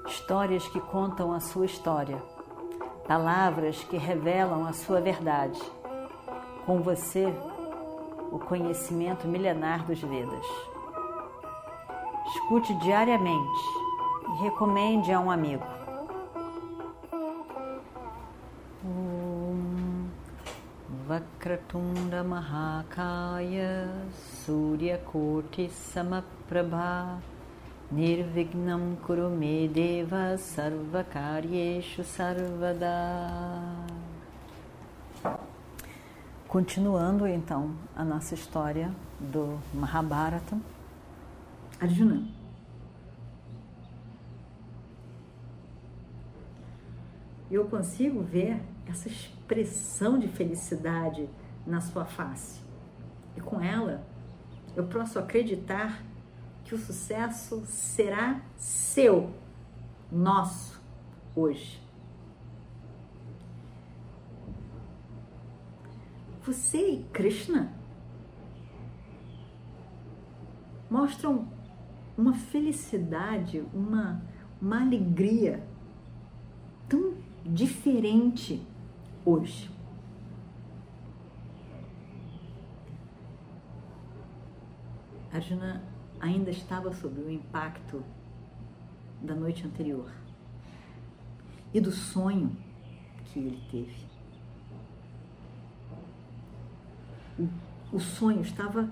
histórias que contam a sua história, palavras que revelam a sua verdade. Com você, o conhecimento milenar dos Vedas. Escute diariamente e recomende a um amigo. Om Vakratunda Mahakaya Suryakoti Samaprabha Nirvignam Kurume Deva Sarvakaryeshu Sarvada. Continuando então a nossa história do Mahabharata, Arjuna. Eu consigo ver essa expressão de felicidade na sua face. E com ela, eu posso acreditar que o sucesso será seu, nosso, hoje. Você e Krishna mostram uma felicidade, uma alegria tão diferente hoje. Arjuna ainda estava sob o impacto da noite anterior e do sonho que ele teve. O sonho estava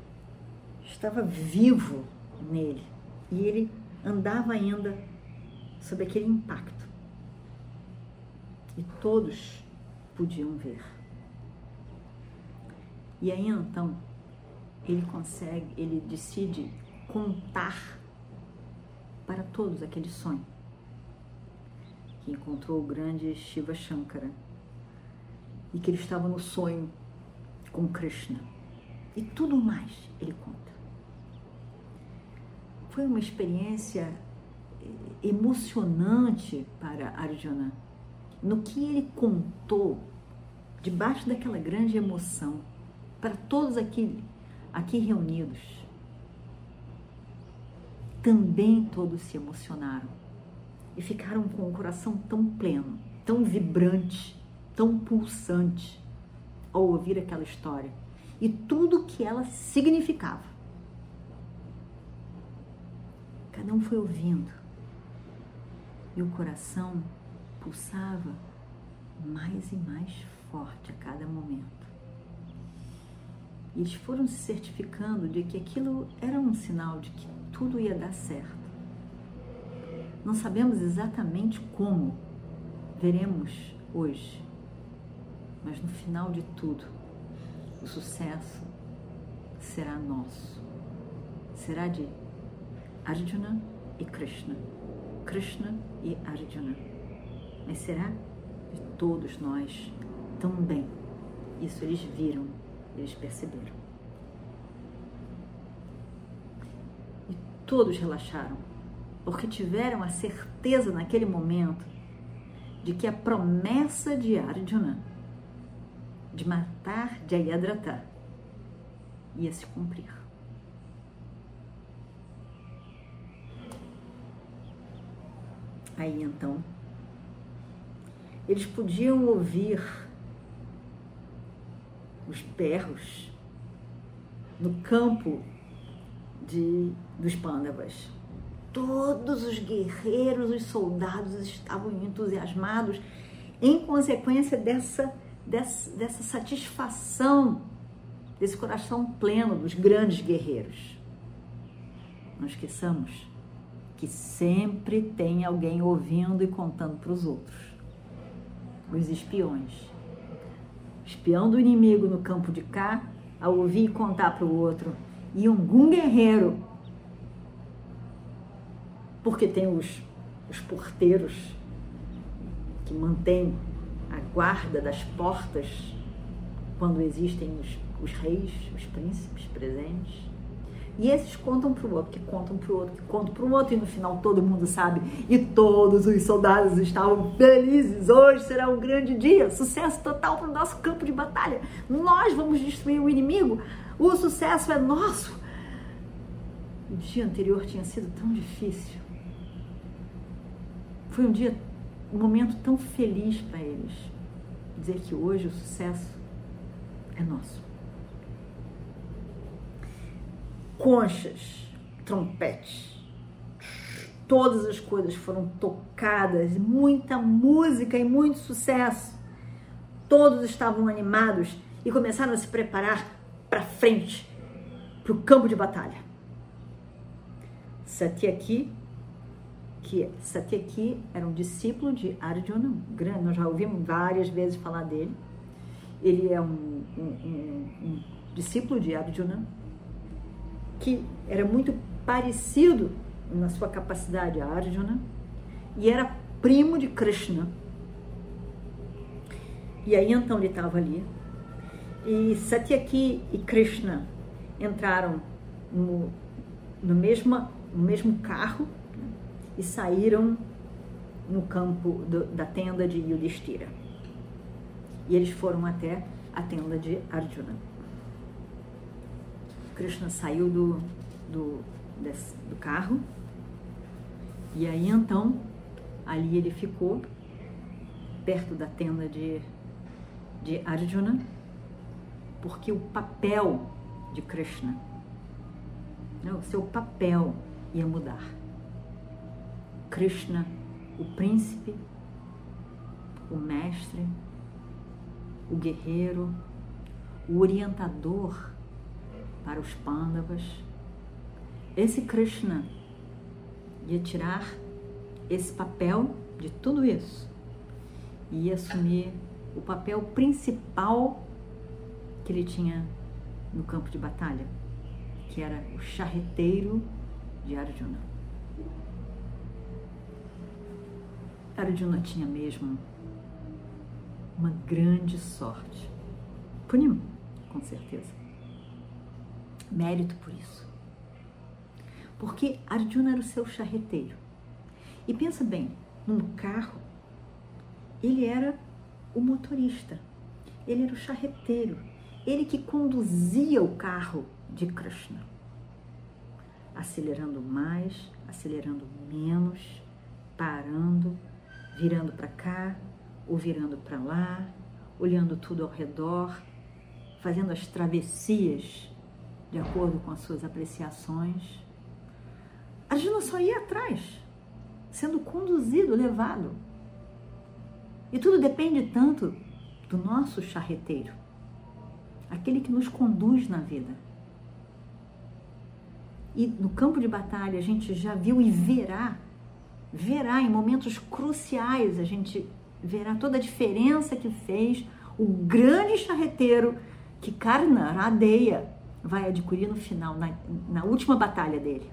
vivo nele e ele andava ainda sob aquele impacto e todos podiam ver. E aí então ele decide contar para todos aquele sonho que encontrou o grande Shiva Shankara e que ele estava no sonho com Krishna e tudo mais ele conta. Foi uma experiência emocionante para Arjuna. No que ele contou, debaixo daquela grande emoção, para todos aqui reunidos, também todos se emocionaram e ficaram com o coração tão pleno, tão vibrante, tão pulsante ao ouvir aquela história e tudo que ela significava. Cada um foi ouvindo e o coração pulsava mais e mais forte a cada momento. E eles foram se certificando de que aquilo era um sinal de que tudo ia dar certo. Não sabemos exatamente como, veremos hoje, mas no final de tudo, o sucesso será nosso. Será de Arjuna e Krishna, Krishna e Arjuna, mas será de todos nós também. Isso eles viram, eles perceberam. E todos relaxaram, porque tiveram a certeza naquele momento de que a promessa de Arjuna de matar Jayadratha ia se cumprir. Aí então, eles podiam ouvir os berros no campo dos Pandavas. Todos os guerreiros, os soldados estavam entusiasmados em consequência dessa satisfação, desse coração pleno dos grandes guerreiros. Não esqueçamos que sempre tem alguém ouvindo e contando para os outros. Os espiões. O espião do inimigo no campo de cá, ao ouvir e contar para o outro. E algum guerreiro, porque tem os porteiros que mantêm a guarda das portas quando existem os reis, os príncipes presentes. E esses contam para o outro, que contam para o outro, que contam para o outro, e no final todo mundo sabe, e todos os soldados estavam felizes. Hoje será um grande dia, sucesso total para o nosso campo de batalha. Nós vamos destruir o inimigo, o sucesso é nosso. O dia anterior tinha sido tão difícil. Foi um momento tão feliz para eles, dizer que hoje o sucesso é nosso. Conchas, trompetes, todas as coisas foram tocadas, muita música e muito sucesso. Todos estavam animados e começaram a se preparar para frente, para o campo de batalha. Satyaki era um discípulo de Arjuna, grande, nós já ouvimos várias vezes falar dele. Ele é um discípulo de Arjuna, que era muito parecido na sua capacidade a Arjuna, e era primo de Krishna. E aí então ele estava ali, e Satyaki e Krishna entraram no mesmo carro, né, e saíram no campo da tenda de Yudhishthira. E eles foram até a tenda de Arjuna. Krishna saiu do carro, e aí então ali ele ficou perto da tenda de Arjuna, porque o papel de Krishna, né, o seu papel ia mudar. Krishna, o príncipe, o mestre, o guerreiro, o orientador para os Pandavas, esse Krishna ia tirar esse papel de tudo isso e ia assumir o papel principal que ele tinha no campo de batalha, que era o charreteiro de Arjuna. Arjuna tinha mesmo uma grande sorte. Punim, com certeza. Mérito por isso. Porque Arjuna era o seu charreteiro. E pensa bem, num carro, ele era o motorista, ele era o charreteiro, ele que conduzia o carro de Krishna, acelerando mais, acelerando menos, parando, virando para cá ou virando para lá, olhando tudo ao redor, fazendo as travessias de acordo com as suas apreciações. Arjuna só ia atrás, sendo conduzido, levado. E tudo depende tanto do nosso charreteiro, aquele que nos conduz na vida. E no campo de batalha a gente já viu e verá em momentos cruciais, a gente verá toda a diferença que fez o grande charreteiro que Karna, Radeya, vai adquirir no final, na última batalha dele.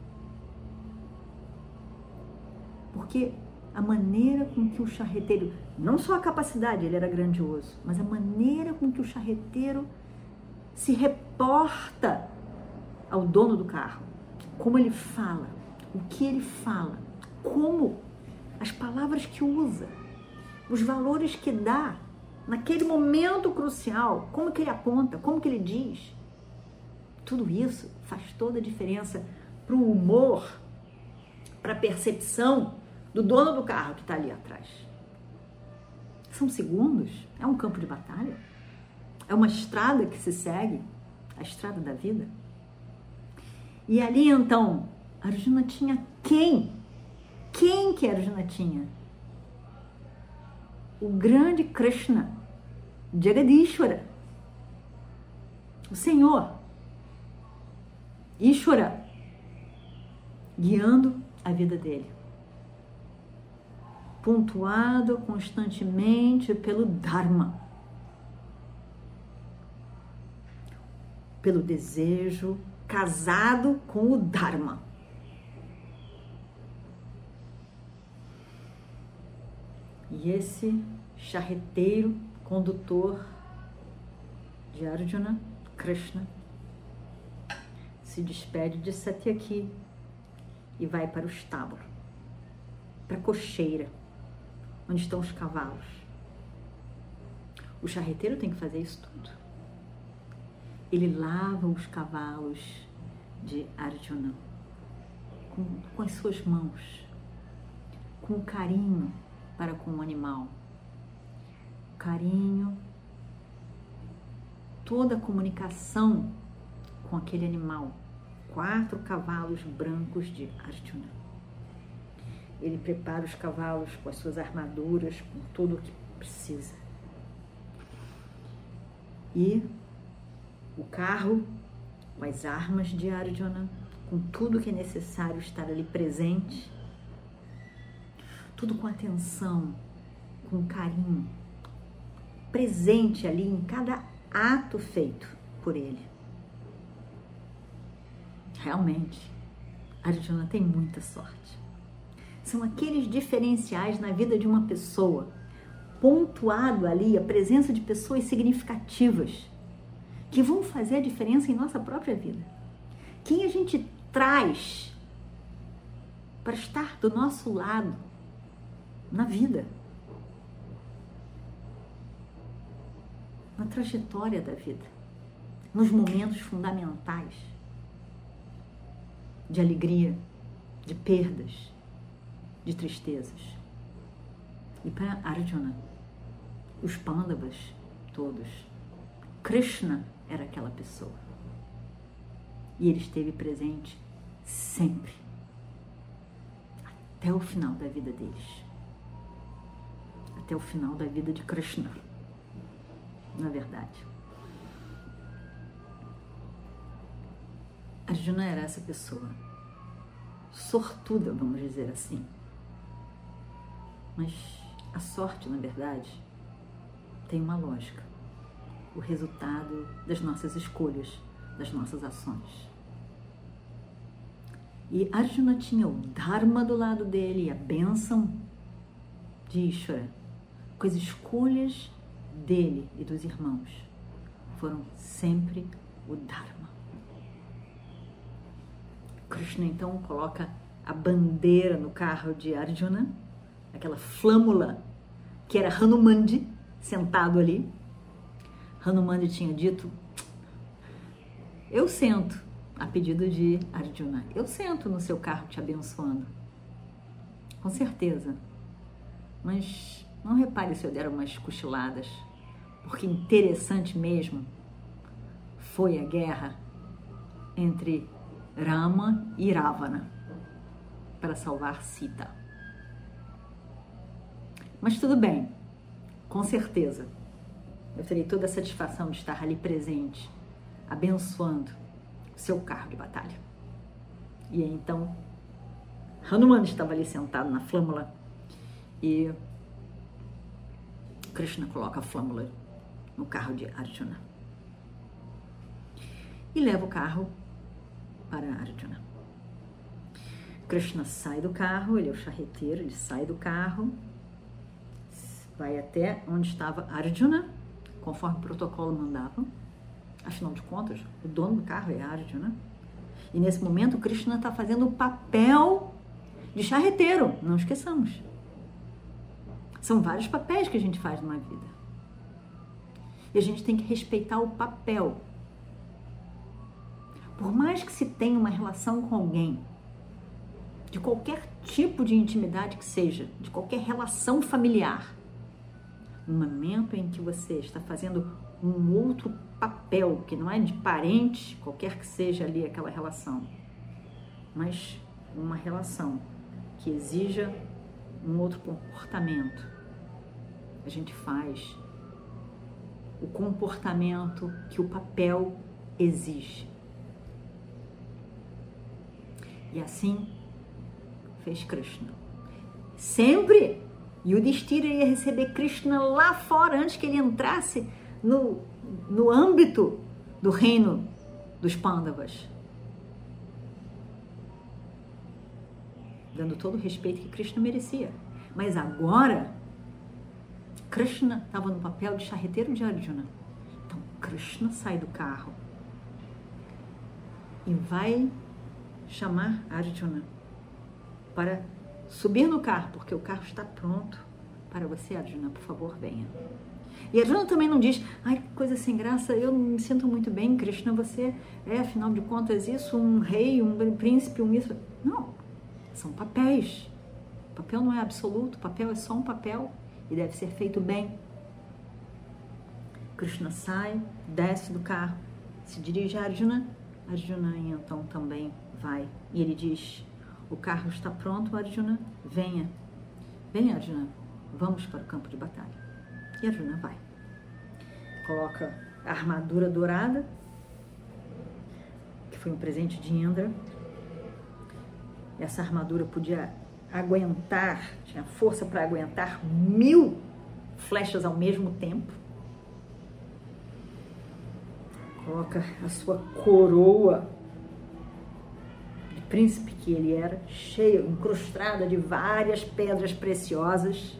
Porque a maneira com que o charreteiro, não só a capacidade, ele era grandioso, mas a maneira com que o charreteiro se reporta ao dono do carro, como ele fala, o que ele fala, como as palavras que usa, os valores que dá naquele momento crucial, como que ele aponta, como que ele diz. Tudo isso faz toda a diferença para o humor, para a percepção do dono do carro que está ali atrás. São segundos, é um campo de batalha, é uma estrada que se segue, a estrada da vida. E ali então, Arjuna tinha quem? Quem que Arjuna tinha? O grande Krishna, Jagadishwara, o Senhor, Ishvara, guiando a vida dele, pontuado constantemente pelo Dharma, pelo desejo, casado com o Dharma. E esse charreteiro, condutor de Arjuna, Krishna, se despede de Satyaki e vai para o estábulo, para a cocheira, onde estão os cavalos. O charreteiro tem que fazer isso tudo. Ele lava os cavalos de Arjuna com as suas mãos, com carinho para com o animal. Carinho, toda a comunicação com aquele animal. 4 cavalos brancos de Arjuna. Ele prepara os cavalos com as suas armaduras, com tudo o que precisa. E o carro, com as armas de Arjuna, com tudo que é necessário estar ali presente, tudo com atenção, com carinho, presente ali em cada ato feito por ele. Realmente, Arjuna tem muita sorte. São aqueles diferenciais na vida de uma pessoa, pontuado ali a presença de pessoas significativas, que vão fazer a diferença em nossa própria vida. Quem a gente traz para estar do nosso lado na vida, na trajetória da vida, nos momentos fundamentais de alegria, de perdas, de tristezas. E para Arjuna, os Pandavas todos, Krishna era aquela pessoa. E ele esteve presente sempre, até o final da vida deles. Até o final da vida de Krishna, na verdade. Arjuna era essa pessoa, sortuda, vamos dizer assim. Mas a sorte, na verdade, tem uma lógica. O resultado das nossas escolhas, das nossas ações. E Arjuna tinha o Dharma do lado dele, a bênção de Ishvara, com as escolhas dele e dos irmãos. Foram sempre o Dharma. Krishna então coloca a bandeira no carro de Arjuna, aquela flâmula que era Hanumandi sentado ali. Hanumandi tinha dito: eu sento, a pedido de Arjuna, eu sento no seu carro te abençoando. Com certeza. Mas não repare se eu der umas cochiladas, porque interessante mesmo foi a guerra entre Rama e Ravana para salvar Sita. Mas tudo bem, com certeza. Eu terei toda a satisfação de estar ali presente, abençoando o seu carro de batalha. E aí, então, Hanuman estava ali sentado na flâmula e Krishna coloca a flâmula no carro de Arjuna e leva o carro para Arjuna. Krishna sai do carro, ele é o charreteiro, ele sai do carro, vai até onde estava Arjuna, conforme o protocolo mandava. Afinal de contas, o dono do carro é Arjuna. E nesse momento, Krishna está fazendo o papel de charreteiro, não esqueçamos. São vários papéis que a gente faz numa vida. E a gente tem que respeitar o papel. Por mais que se tenha uma relação com alguém, de qualquer tipo de intimidade que seja, de qualquer relação familiar, no momento em que você está fazendo um outro papel, que não é de parente, qualquer que seja ali aquela relação, mas uma relação que exija um outro comportamento, a gente faz o comportamento que o papel exige. E assim fez Krishna. Sempre Yudhishthira ia receber Krishna lá fora, antes que ele entrasse no âmbito do reino dos Pandavas, dando todo o respeito que Krishna merecia. Mas agora, Krishna estava no papel de charreteiro de Arjuna. Então, Krishna sai do carro e vai chamar Arjuna para subir no carro, porque o carro está pronto para você, Arjuna, por favor, venha. E Arjuna também não diz: ai, que coisa sem graça, eu me sinto muito bem, Krishna, você é, afinal de contas, isso, um rei, um príncipe, um isso. Não, são papéis. O papel não é absoluto, o papel é só um papel e deve ser feito bem. Krishna sai, desce do carro, se dirige a Arjuna. Arjuna então também vai. E ele diz: o carro está pronto, Arjuna, venha. Venha, Arjuna, vamos para o campo de batalha. E Arjuna vai. Coloca a armadura dourada, que foi um presente de Indra. Essa armadura podia aguentar, tinha força para aguentar 1000 flechas ao mesmo tempo. Coloca a sua coroa de príncipe que ele era, cheia, incrustada de várias pedras preciosas.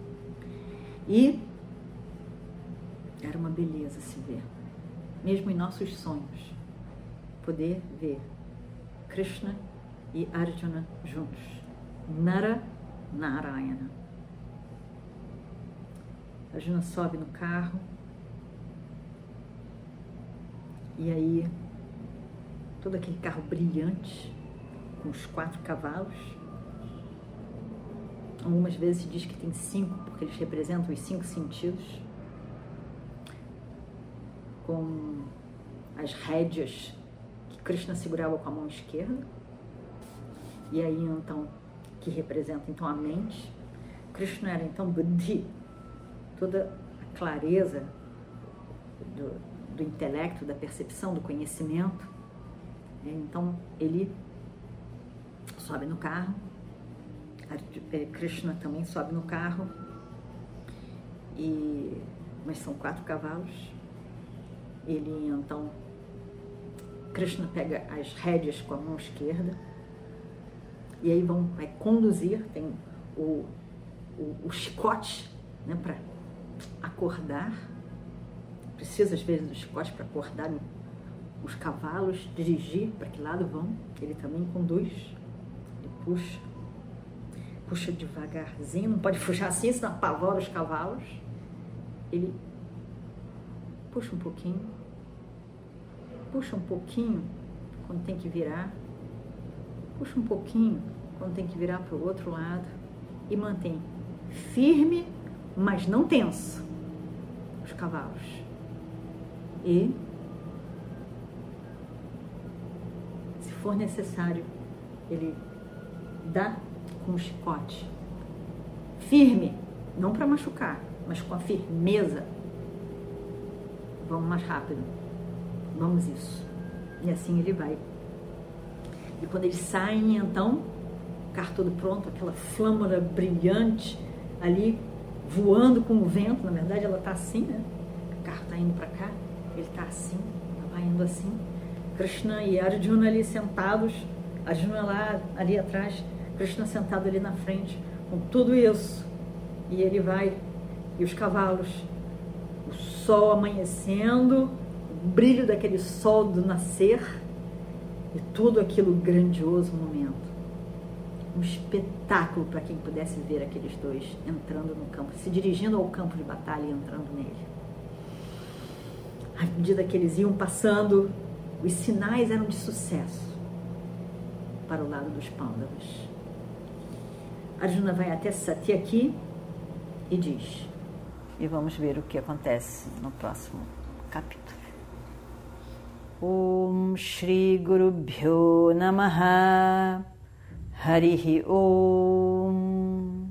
E era uma beleza se ver, mesmo em nossos sonhos, poder ver Krishna e Arjuna juntos. Nara Narayana. Arjuna sobe no carro. E aí, todo aquele carro brilhante, com os 4 cavalos. Algumas vezes se diz que tem 5, porque eles representam os 5 sentidos. Com as rédeas que Krishna segurava com a mão esquerda. E aí, então, que representa então a mente. Krishna era então Buddhi, toda a clareza do intelecto, da percepção, do conhecimento. Então ele sobe no carro, Krishna também sobe no carro, mas são 4 cavalos. Ele então, Krishna pega as rédeas com a mão esquerda e aí vai conduzir, tem o chicote, né, para acordar. Precisa às vezes do chicote para acordar os cavalos, dirigir para que lado vão. Ele também conduz, ele puxa devagarzinho, não pode puxar assim, senão apavora os cavalos. Ele puxa um pouquinho quando tem que virar, puxa um pouquinho quando tem que virar para o outro lado e mantém firme, mas não tenso, os cavalos. E, se for necessário, ele dá com o chicote firme, não para machucar, mas com a firmeza. Vamos mais rápido, vamos isso. E assim ele vai. E quando eles saem, então, o carro todo pronto, aquela flâmula brilhante ali, voando com o vento. Na verdade ela está assim, né? O carro está indo para cá. Ele está assim, vai indo assim. Krishna e Arjuna ali sentados, Arjuna lá ali atrás, Krishna sentado ali na frente, com tudo isso. E ele vai, e os cavalos, o sol amanhecendo, o brilho daquele sol do nascer, e tudo aquilo grandioso momento. Um espetáculo para quem pudesse ver aqueles dois entrando no campo, se dirigindo ao campo de batalha e entrando nele. À medida que eles iam passando, os sinais eram de sucesso para o lado dos Pândavas. Arjuna vai até Satyaki e diz, e vamos ver o que acontece no próximo capítulo. Om Shri Guru Bhyo Namaha Harihi Om.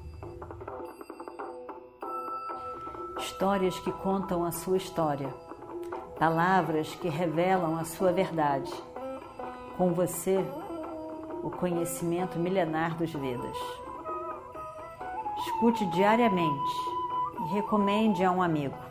Histórias que contam a sua história. Palavras que revelam a sua verdade. Com você, o conhecimento milenar dos Vedas. Escute diariamente e recomende a um amigo.